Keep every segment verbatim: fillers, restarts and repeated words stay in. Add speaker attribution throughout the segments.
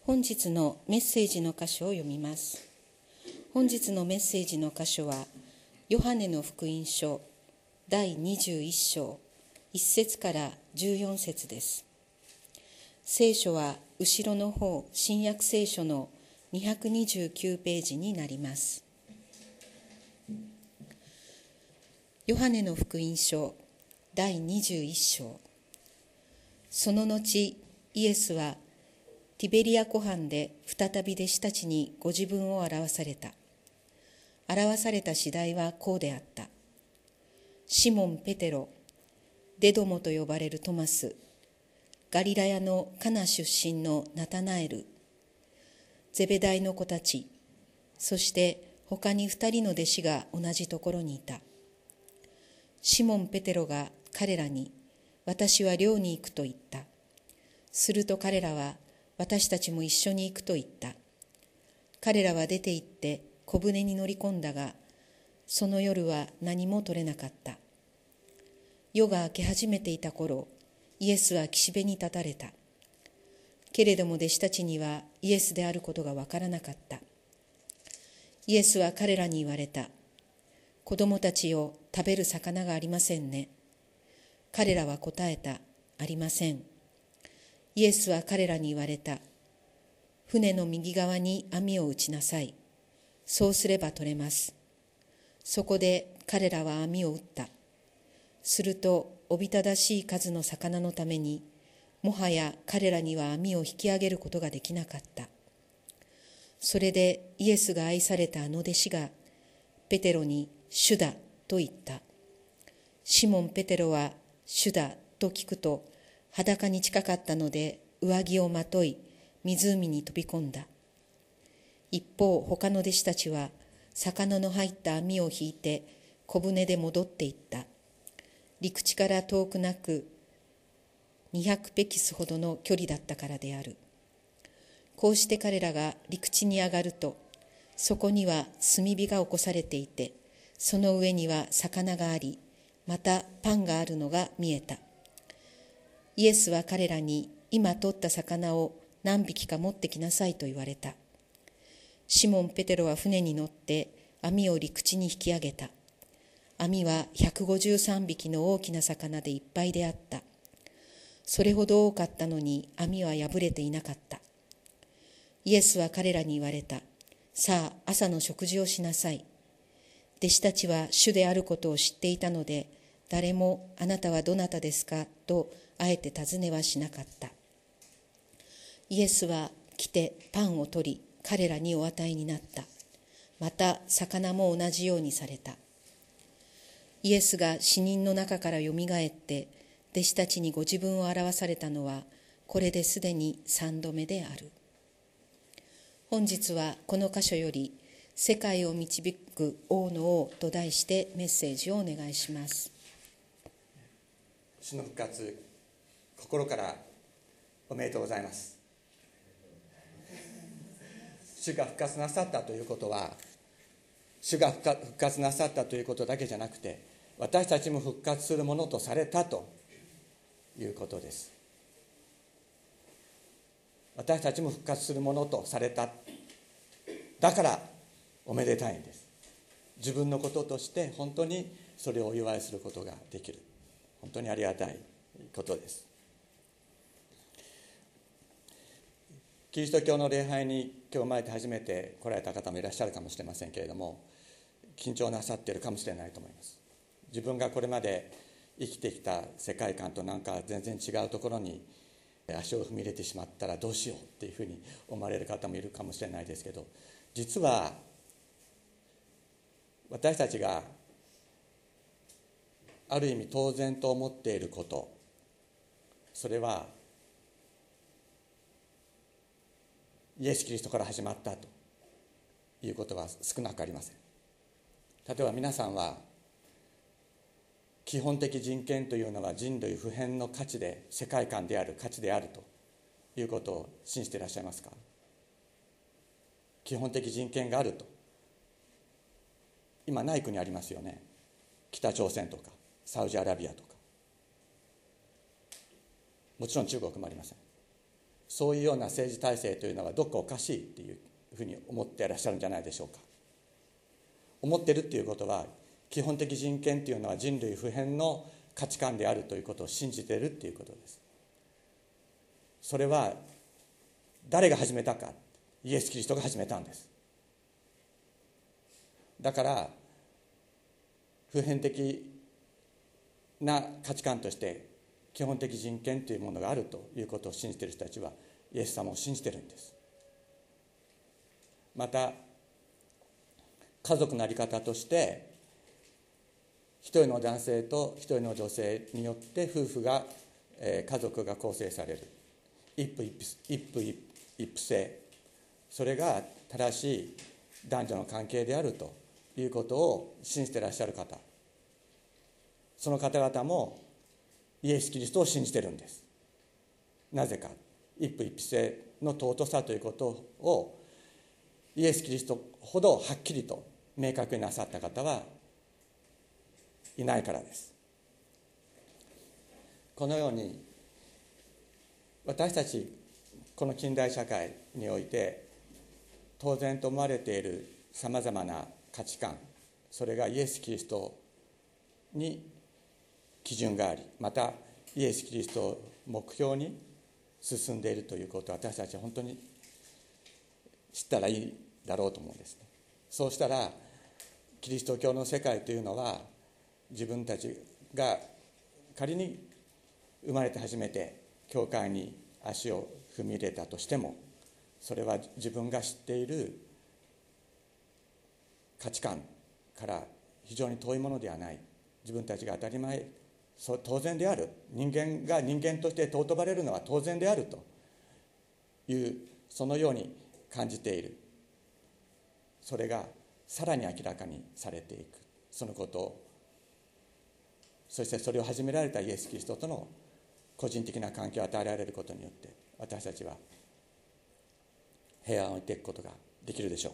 Speaker 1: 本日のメッセージの箇所を読みます。本日のメッセージの箇所は、ヨハネの福音書だいにじゅういっ章いち節からじゅうよん節です。聖書は後ろの方、新約聖書のにひゃくにじゅうきゅうページになります。ヨハネの福音書だいにじゅういっ章。その後、イエスはティベリア湖畔で再び弟子たちにご自分を表された。表された次第はこうであった。シモン・ペテロ、デドモと呼ばれるトマス、ガリラヤのカナ出身のナタナエル、ゼベダイの子たち、そして他に二人の弟子が同じところにいた。シモン・ペテロが彼らに、私は漁に行くと言った。すると彼らは、私たちも一緒に行くと言った。彼らは出て行って小舟に乗り込んだが、その夜は何も取れなかった。夜が明け始めていた頃、イエスは岸辺に立たれた。けれども弟子たちにはイエスであることがわからなかった。イエスは彼らに言われた。子供たちよ、食べる魚がありませんね。彼らは答えた。ありません。イエスは彼らに言われた。船の右側に網を打ちなさい。そうすれば取れます。そこで彼らは網を打った。すると、おびただしい数の魚のために、もはや彼らには網を引き上げることができなかった。それでイエスが愛されたあの弟子が、ペテロに主だと言った。シモン・ペテロは主だと聞くと、裸に近かったので上着をまとい、湖に飛び込んだ。一方、他の弟子たちは、魚の入った網を引いて小舟で戻っていった。陸地から遠くなくにひゃくペキスほどの距離だったからである。こうして彼らが陸地に上がると、そこには炭火が起こされていて、その上には魚があり、またパンがあるのが見えた。イエスは彼らに、今取った魚を何匹か持ってきなさいと言われた。シモン・ペテロは船に乗って網を陸地に引き上げた。網はひゃくごじゅうさんびきの大きな魚でいっぱいであった。それほど多かったのに網は破れていなかった。イエスは彼らに言われた。さあ、朝の食事をしなさい。弟子たちは主であることを知っていたので、誰もあなたはどなたですかとあえて尋ねはしなかった。イエスは来てパンを取り、彼らにお与えになった。また魚も同じようにされた。イエスが死人の中からよみがえって弟子たちにご自分を表されたのはこれですでに三度目である。本日はこの箇所より世界を導く王の王と題してメッセージをお願いします。
Speaker 2: 主の復活、心からおめでとうございます。主が復活なさったということは、主が復活なさったということだけじゃなくて、私たちも復活するものとされたということです。私たちも復活するものとされた。だからおめでたいんです。自分のこととして本当にそれをお祝いすることができる。本当にありがたいことです。キリスト教の礼拝に今日前で初めて来られた方もいらっしゃるかもしれませんけれども、緊張なさっているかもしれないと思います。自分がこれまで生きてきた世界観となんか全然違うところに足を踏み入れてしまったらどうしようっていうふうに思われる方もいるかもしれないですけど、実は私たちがある意味当然と思っていること、それはイエス・キリストから始まったということは少なくありません。例えば皆さんは基本的人権というのは人類普遍の価値で、世界観である価値であるということを信じていらっしゃいますか？基本的人権があると。今ない国ありますよね。北朝鮮とかサウジアラビアとか、もちろん中国もありません。 そういうような政治体制というのはどっかおかしいっていうふうに思っていらっしゃるんじゃないでしょうか。思ってるっていうことは、基本的人権というのは人類普遍の価値観であるということを信じているっていうことです。それは誰が始めたか、イエス・キリストが始めたんです。だから普遍的な価値観として基本的人権というものがあるということを信じている人たちはイエス様を信じているんです。また家族の在り方として一人の男性と一人の女性によって夫婦が、えー、家族が構成される一夫一夫一夫一夫制、それが正しい男女の関係であるということを信じていらっしゃる方、その方々もイエス・キリストを信じているんです。なぜか、一夫一夫制の尊さということをイエス・キリストほどはっきりと明確になさった方はいないからです。このように私たちこの近代社会において当然と思われているさまざまな価値観、それがイエス・キリストに基準があり、またイエス・キリストを目標に進んでいるということを私たちは本当に知ったらいいだろうと思うんですね。そうしたらキリスト教の世界というのは、自分たちが仮に生まれて初めて教会に足を踏み入れたとしても、それは自分が知っている価値観から非常に遠いものではない、自分たちが当たり前、当然である、人間が人間として尊ばれるのは当然であるという、そのように感じている。それがさらに明らかにされていく、そのことを、そしてそれを始められたイエス・キリストとの個人的な関係を与えられることによって、私たちは平安を得ていくことができるでしょう。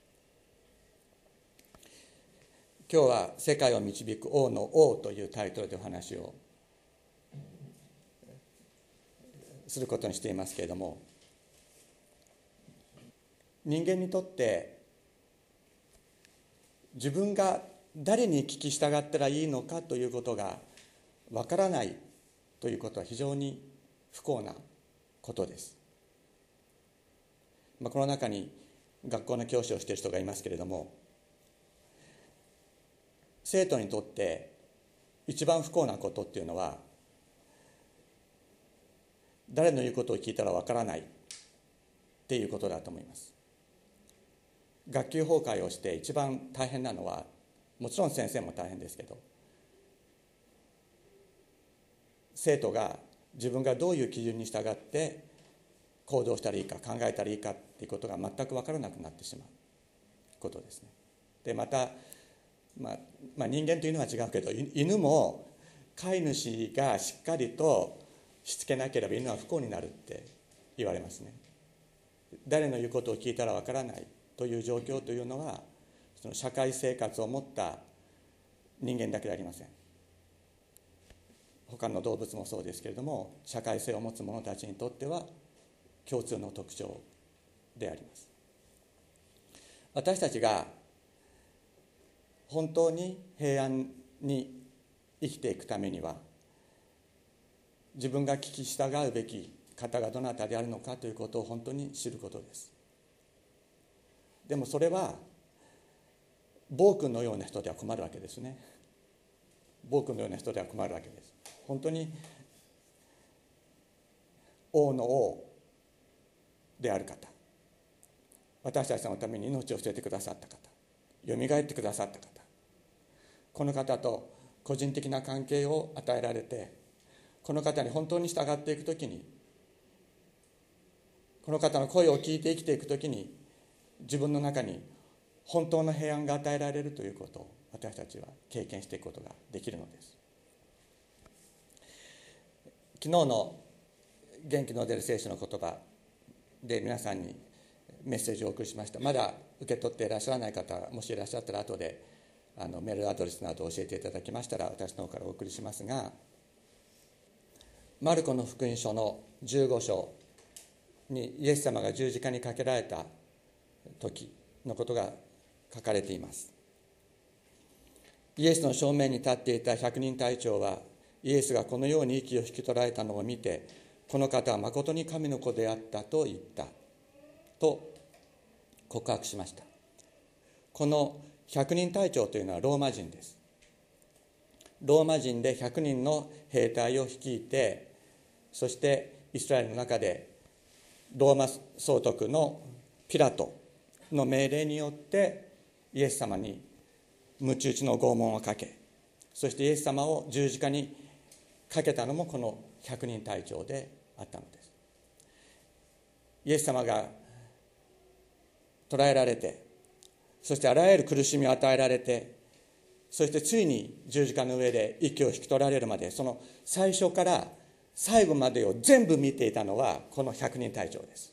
Speaker 2: 今日は世界を導く王の王というタイトルでお話をすることにしていますけれども、人間にとって自分が誰に聞き従ったらいいのかということがわからないということは非常に不幸なことです。まあ、この中に学校の教師をしている人がいますけれども、生徒にとって一番不幸なことっていうのは、誰の言うことを聞いたらわからないっていうことだと思います。学級崩壊をして一番大変なのは、もちろん先生も大変ですけど、生徒が自分がどういう基準に従って行動したらいいか、考えたらいいかっていうことが全く分からなくなってしまうことですね。でまた、まあまあ、人間というのは違うけど、犬も飼い主がしっかりとしつけなければ犬は不幸になるって言われますね。誰の言うことを聞いたら分からないという状況というのは、その社会生活を持った人間だけではありません。他の動物もそうですけれども、社会性を持つ者たちにとっては共通の特徴であります。私たちが本当に平安に生きていくためには、自分が聞き従うべき方がどなたであるのかということを本当に知ることです。でもそれは暴君のような人では困るわけですね。暴君のような人では困るわけです。本当に王の王である方、私たちのために命を捨ててくださった方、よみがえってくださった方、この方と個人的な関係を与えられて、この方に本当に従っていくときに、この方の声を聞いて生きていくときに、自分の中に本当の平安が与えられるということを私たちは経験していくことができるのです。昨日の元気の出る聖書の言葉で皆さんにメッセージをお送りしました。まだ受け取っていらっしゃらない方、もしいらっしゃったら後であのメールアドレスなどを教えていただきましたら、私の方からお送りしますが、マルコの福音書のじゅうご章にイエス様が十字架にかけられた時のことが書かれています。イエスの正面に立っていた百人隊長は、イエスがこのように息を引き取られたのを見て、この方はまことに神の子であったと言ったと告白しました。この百人隊長というのはローマ人です。ローマ人でひゃくにんの兵隊を率いて、そしてイスラエルの中でローマ総督のピラトの命令によってイエス様に鞭打ちの拷問をかけ、そしてイエス様を十字架にかけたのもこの百人隊長であったのです。イエス様が捕らえられて、そしてあらゆる苦しみを与えられて、そしてついに十字架の上で息を引き取られるまで、その最初から最後までを全部見ていたのはこの百人隊長です。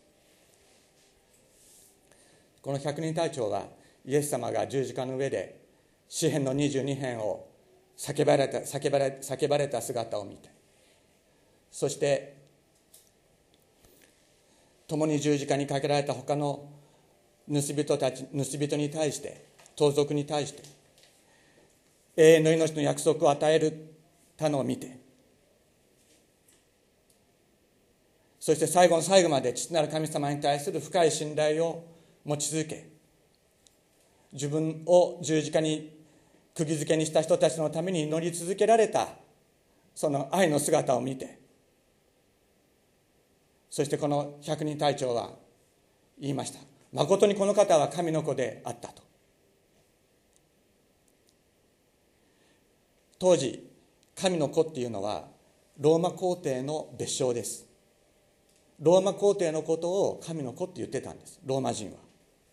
Speaker 2: この百人隊長はイエス様が十字架の上で詩編のにじゅうに編を叫ばれた、叫ばれ、叫ばれた姿を見て、そして共に十字架にかけられた他の盗人たち、盗人に対して、盗賊に対して永遠の命の約束を与えるたのを見て、そして最後の最後まで父なる神様に対する深い信頼を持ち続け、自分を十字架に釘付けにした人たちのために祈り続けられたその愛の姿を見て、そしてこの百人隊長は言いました。誠にこの方は神の子であったと。当時神の子っていうのはローマ皇帝の別称です。ローマ皇帝のことを神の子って言ってたんです、ローマ人は。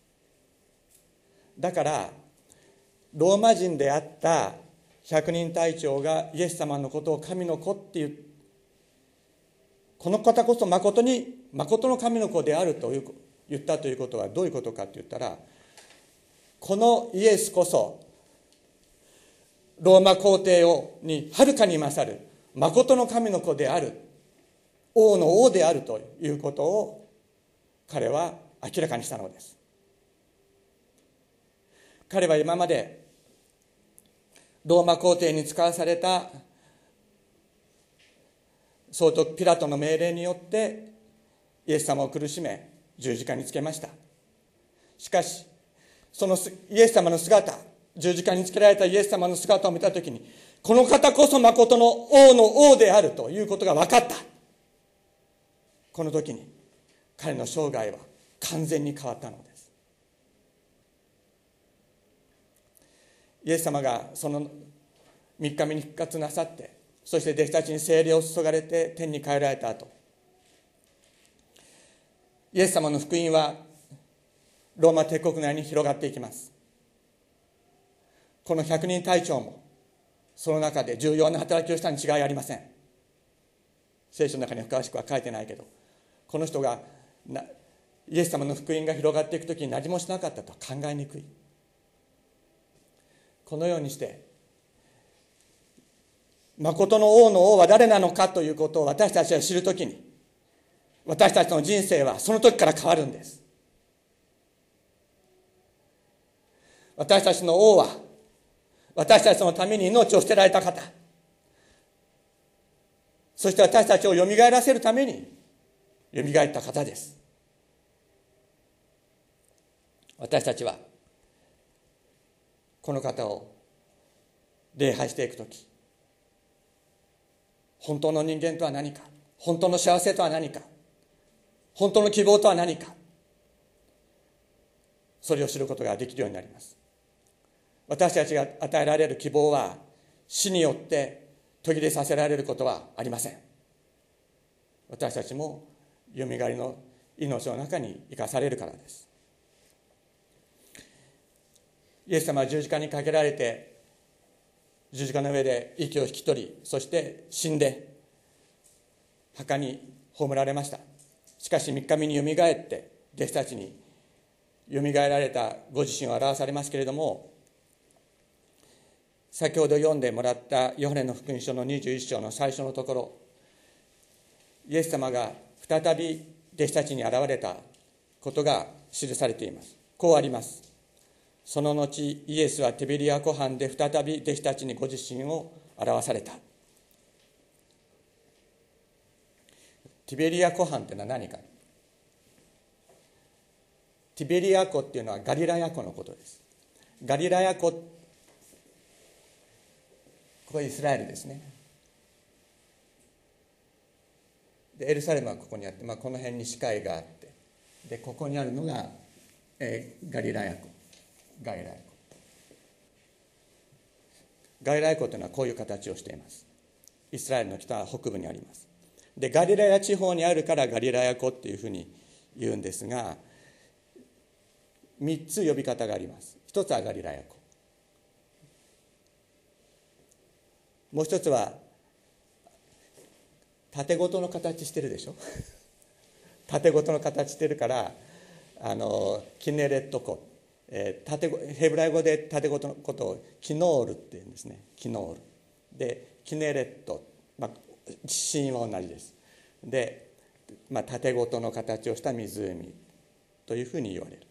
Speaker 2: だからローマ人であった百人隊長がイエス様のことを神の子っていう、この方こそ誠に誠の神の子であるという言ったということはどういうことかと言ったら、このイエスこそローマ皇帝をにはるかに勝る誠の神の子である、王の王であるということを彼は明らかにしたのです。彼は今までローマ皇帝に使わされた総督ピラトの命令によってイエス様を苦しめ十字架につけました。しかしそのイエス様の姿、十字架につけられたイエス様の姿を見たときに、この方こそ誠の王の王であるということが分かった。この時に彼の生涯は完全に変わったのです。イエス様がそのみっかめに復活なさって、そして弟子たちに聖霊を注がれて天に帰られた後、イエス様の福音はローマ帝国内に広がっていきます。この百人隊長もその中で重要な働きをしたに違いありません。聖書の中には詳しくは書いてないけど、この人がイエス様の福音が広がっていくときに何もしなかったとは考えにくい。このようにして誠の王の王は誰なのかということを私たちが知るときに、私たちの人生はその時から変わるんです。私たちの王は私たちのために命を捨てられた方、そして私たちをよみがえらせるためによみがえった方です。私たちはこの方を礼拝していくとき、本当の人間とは何か、本当の幸せとは何か、本当の希望とは何か、それを知ることができるようになります。私たちが与えられる希望は死によって途切れさせられることはありません。私たちもよみがえりの命の中に生かされるからです。イエス様は十字架にかけられて、十字架の上で息を引き取り、そして死んで墓に葬られました。しかしみっかめによみがえって弟子たちによみがえられたご自身を表されますけれども、先ほど読んでもらったヨハネの福音書のにじゅういっ章の最初のところ、イエス様が再び弟子たちに現れたことが記されています。こうあります。その後イエスはティベリア湖畔で再び弟子たちにご自身を表された。ティベリア湖畔というのは何か。ティベリア湖っていうのはガリラヤ湖のことです。ガリラヤ湖、ここイスラエルですね。でエルサレムはここにあって、まあ、この辺に死海があって、でここにあるのが、えー、ガリラヤ湖。ガリラヤ湖ガリラヤ湖というのはこういう形をしています。イスラエルの北北部にあります。でガリラヤ地方にあるからガリラヤ湖っていうふうに言うんですが、みっつ呼び方があります。一つはガリラヤ湖、もう一つは縦ごとの形してるでしょ縦ごとの形してるからあのキネレット湖、えー、縦ヘブライ語で縦ごとのことをキノールっていうんですね。キノールでキネレット、まあ、子音は同じですで、まあ、縦ごとの形をした湖というふうに言われる。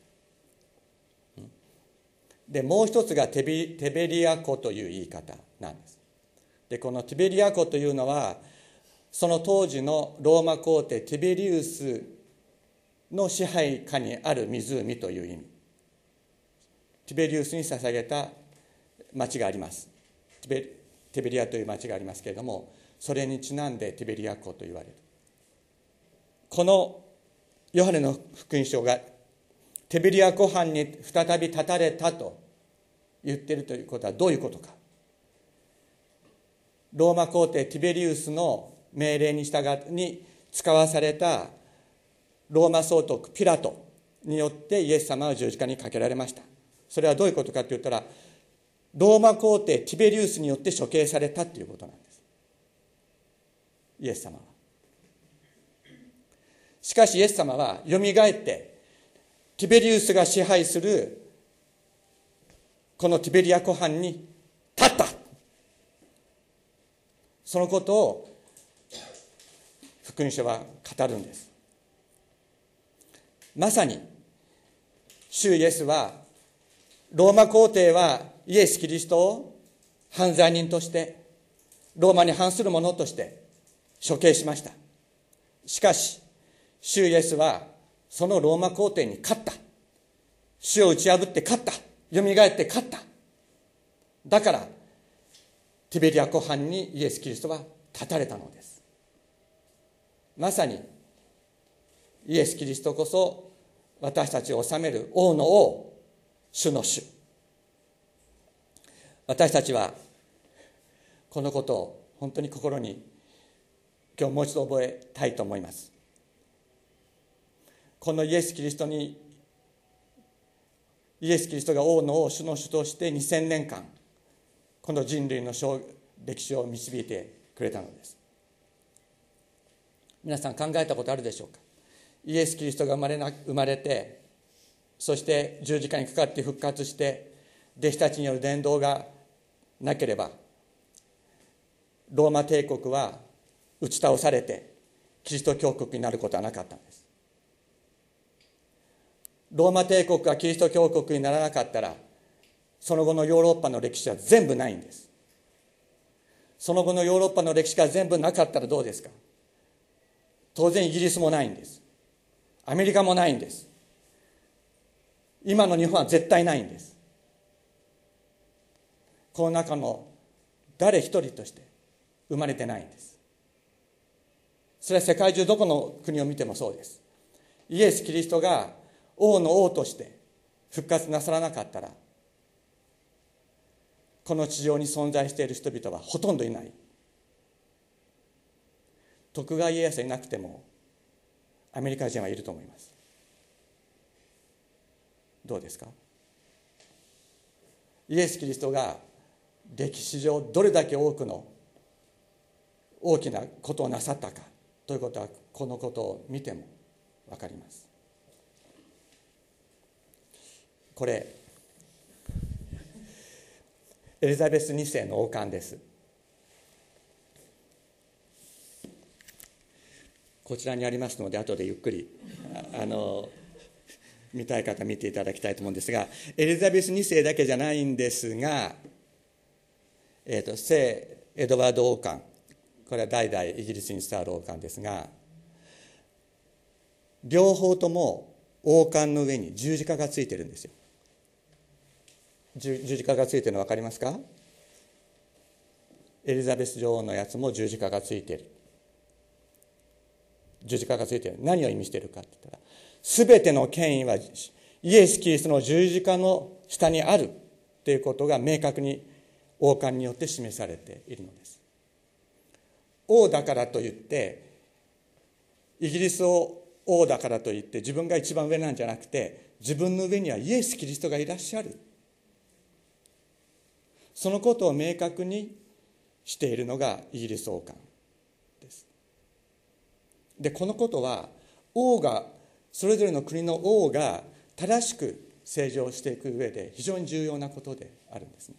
Speaker 2: でもう一つがテビテベリア湖という言い方なんです。でこのティベリア湖というのはその当時のローマ皇帝ティベリウスの支配下にある湖という意味。ティベリウスに捧げた町があります。ティベ、ティベリアという町がありますけれども、それにちなんでティベリア湖と言われる。このヨハネの福音書がティベリア湖畔に再び立たれたと言っているということはどういうことか。ローマ皇帝ティベリウスの命令に従ってに使わされたローマ総督ピラトによってイエス様は十字架にかけられました。それはどういうことかといったら、ローマ皇帝ティベリウスによって処刑されたということなんです、イエス様は。しかしイエス様はよみがえってティベリウスが支配するこのティベリア湖畔に立った。そのことを福音書は語るんです。まさに主イエスは、ローマ皇帝はイエス・キリストを犯罪人として、ローマに反する者として処刑しました。しかし主イエスはそのローマ皇帝に勝った。主を打ち破って勝った。よみがえって勝った。だからティベリア湖畔にイエス・キリストは立たれたのです。まさにイエス・キリストこそ私たちを治める王の王、主の主。私たちはこのことを本当に心に今日もう一度覚えたいと思います。このイエス・キリストにイエス・キリストが王の王、主の主としてにせんねんかんこの人類の歴史を導いてくれたのです。皆さん考えたことあるでしょうか。イエス・キリストが生まれな生まれて、そして十字架にかかって復活して、弟子たちによる伝道がなければローマ帝国は打ち倒されてキリスト教国になることはなかったんです。ローマ帝国がキリスト教国にならなかったら、その後のヨーロッパの歴史は全部ないんです。その後のヨーロッパの歴史が全部なかったらどうですか。当然イギリスもないんです。アメリカもないんです。今の日本は絶対ないんです。この中の誰一人として生まれてないんです。それは世界中どこの国を見てもそうです。イエス・キリストが王の王として復活なさらなかったら、この地上に存在している人々はほとんどいない。徳川家康いなくてもアメリカ人はいると思います。どうですか。イエス・キリストが歴史上どれだけ多くの大きなことをなさったかということは、このことを見ても分かります。これエリザベスにせいの王冠です。 こちらにありますので、後でゆっくりああの見たい方見ていただきたいと思うんですが、エリザベスにせいだけじゃないんですが、えー、と聖エドワード王冠、これは代々イギリスに伝わる王冠ですが、両方とも王冠の上に十字架がついてるんですよ。十字架がついてるの分かりますか？エリザベス女王のやつも十字架がついている。十字架がついている。何を意味しているかって言ったら、すべての権威はイエス・キリストの十字架の下にあるということが明確に王冠によって示されているのです。王だからといって、イギリスを王だからといって自分が一番上なんじゃなくて、自分の上にはイエス・キリストがいらっしゃる。そのことを明確にしているのがイギリス王冠です。で、このことは王が、それぞれの国の王が正しく政治をしていく上で非常に重要なことであるんですね。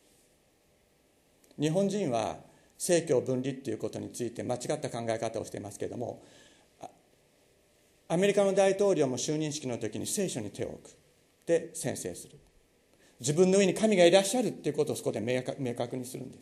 Speaker 2: 日本人は政教分離ということについて間違った考え方をしていますけれども、アメリカの大統領も就任式の時に聖書に手を置くで宣誓する。自分の上に神がいらっしゃるということをそこで明確にするんです。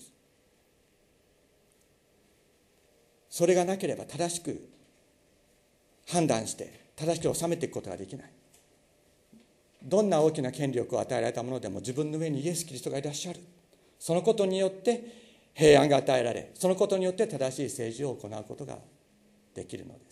Speaker 2: それがなければ正しく判断して正しく収めていくことができない。どんな大きな権力を与えられたものでも自分の上にイエス・キリストがいらっしゃる。そのことによって平安が与えられ、そのことによって正しい政治を行うことができるのです。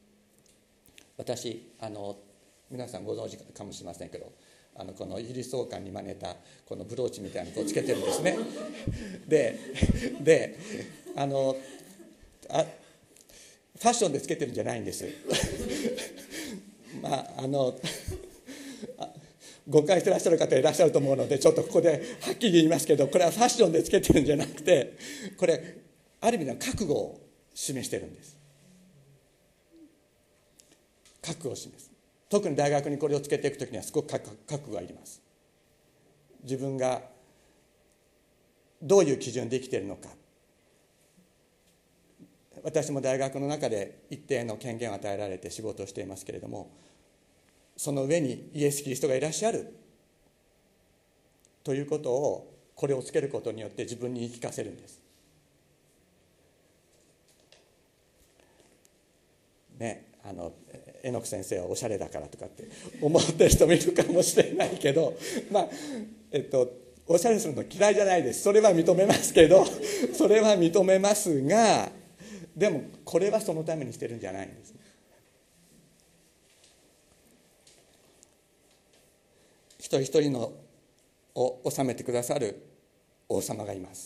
Speaker 2: 私、あの皆さんご存知かもしれませんけど、あのこのイギリス王冠に真似たこのブローチみたいなのをつけてるんですね。で、であのあファッションでつけてるんじゃないんです。まああの誤解してらっしゃる方いらっしゃると思うので、ちょっとここではっきり言いますけど、これはファッションでつけてるんじゃなくて、これある意味の覚悟を示してるんです。覚悟を示す。特に大学にこれをつけていくときにはすごく覚悟がいります。自分がどういう基準で生きているのか。私も大学の中で一定の権限を与えられて仕事をしていますけれども、その上にイエス・キリストがいらっしゃるということを、これをつけることによって自分に言い聞かせるんです。ね、あの榎木先生はおしゃれだからとかって思ってる人もいるかもしれないけど、まあえっとおしゃれするの嫌いじゃないです。それは認めますけど、それは認めますが、でもこれはそのためにしてるんじゃないんですね。一人一人のを治めてくださる王様がいます。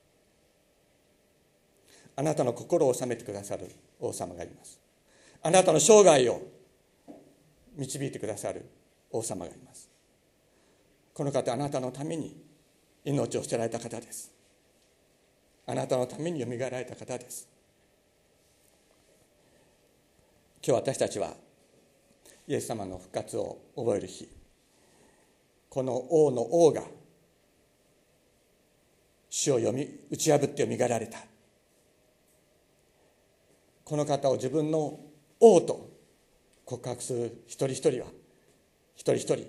Speaker 2: あなたの心を治めてくださる王様がいます。あなたの生涯を導いてくださる王様がいます。この方はあなたのために命を捨てられた方です。あなたのためによみがえられた方です。今日私たちはイエス様の復活を覚える日、この王の王が死を読み打ち破ってよみがえられた、この方を自分の王と告白する一人一人は、一人一人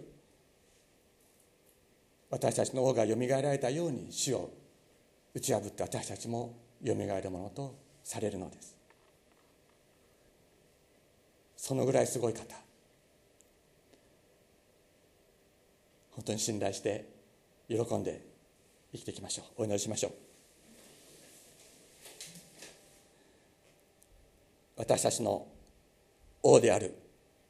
Speaker 2: 私たちの王がよみがえられたように死を打ち破って私たちもよみがえるものとされるのです。そのぐらいすごい方、本当に信頼して喜んで生きていきましょう。お祈りしましょう。私たちの王である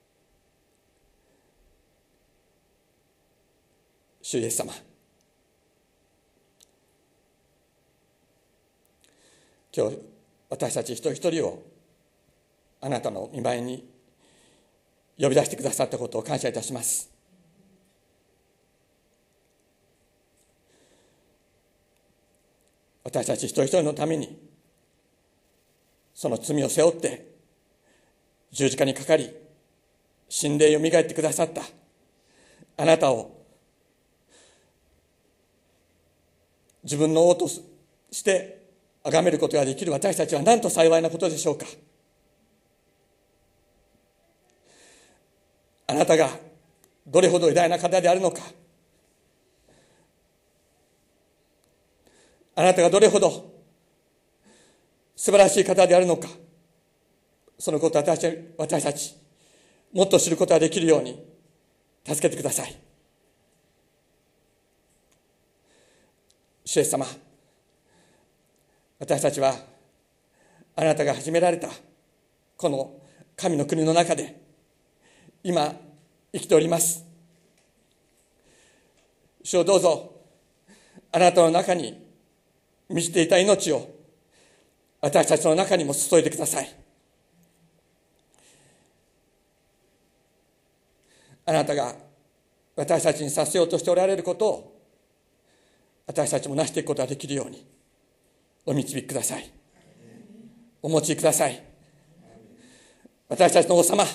Speaker 2: 主イエス様、今日私たち一人一人をあなたの御前に呼び出してくださったことを感謝いたします。私たち一人一人のためにその罪を背負って十字架にかかり死んでよみがえってくださったあなたを自分の王として崇めることができる私たちはなんと幸いなことでしょうか。 なたがどれほど偉大な方であるのか、あなたがどれほど素晴らしい方であるのか、そのことを私たち、私たちもっと知ることができるように助けてください。主イエス様、私たちはあなたが始められたこの神の国の中で今生きております。主をどうぞあなたの中に満ちていた命を私たちの中にも注いでください。あなたが私たちにさせようとしておられることを私たちも成していくことができるようにお導きください。お持ちください。私たちの王様、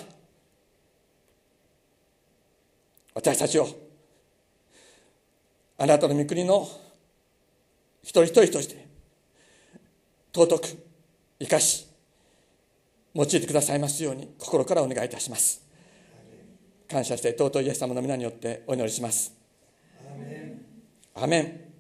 Speaker 2: 私たちをあなたの御国の一人一人として尊く生かし用いてくださいますように心からお願いいたします。感謝して尊いイエス様の皆によってお祈りします。アーメン。アーメン。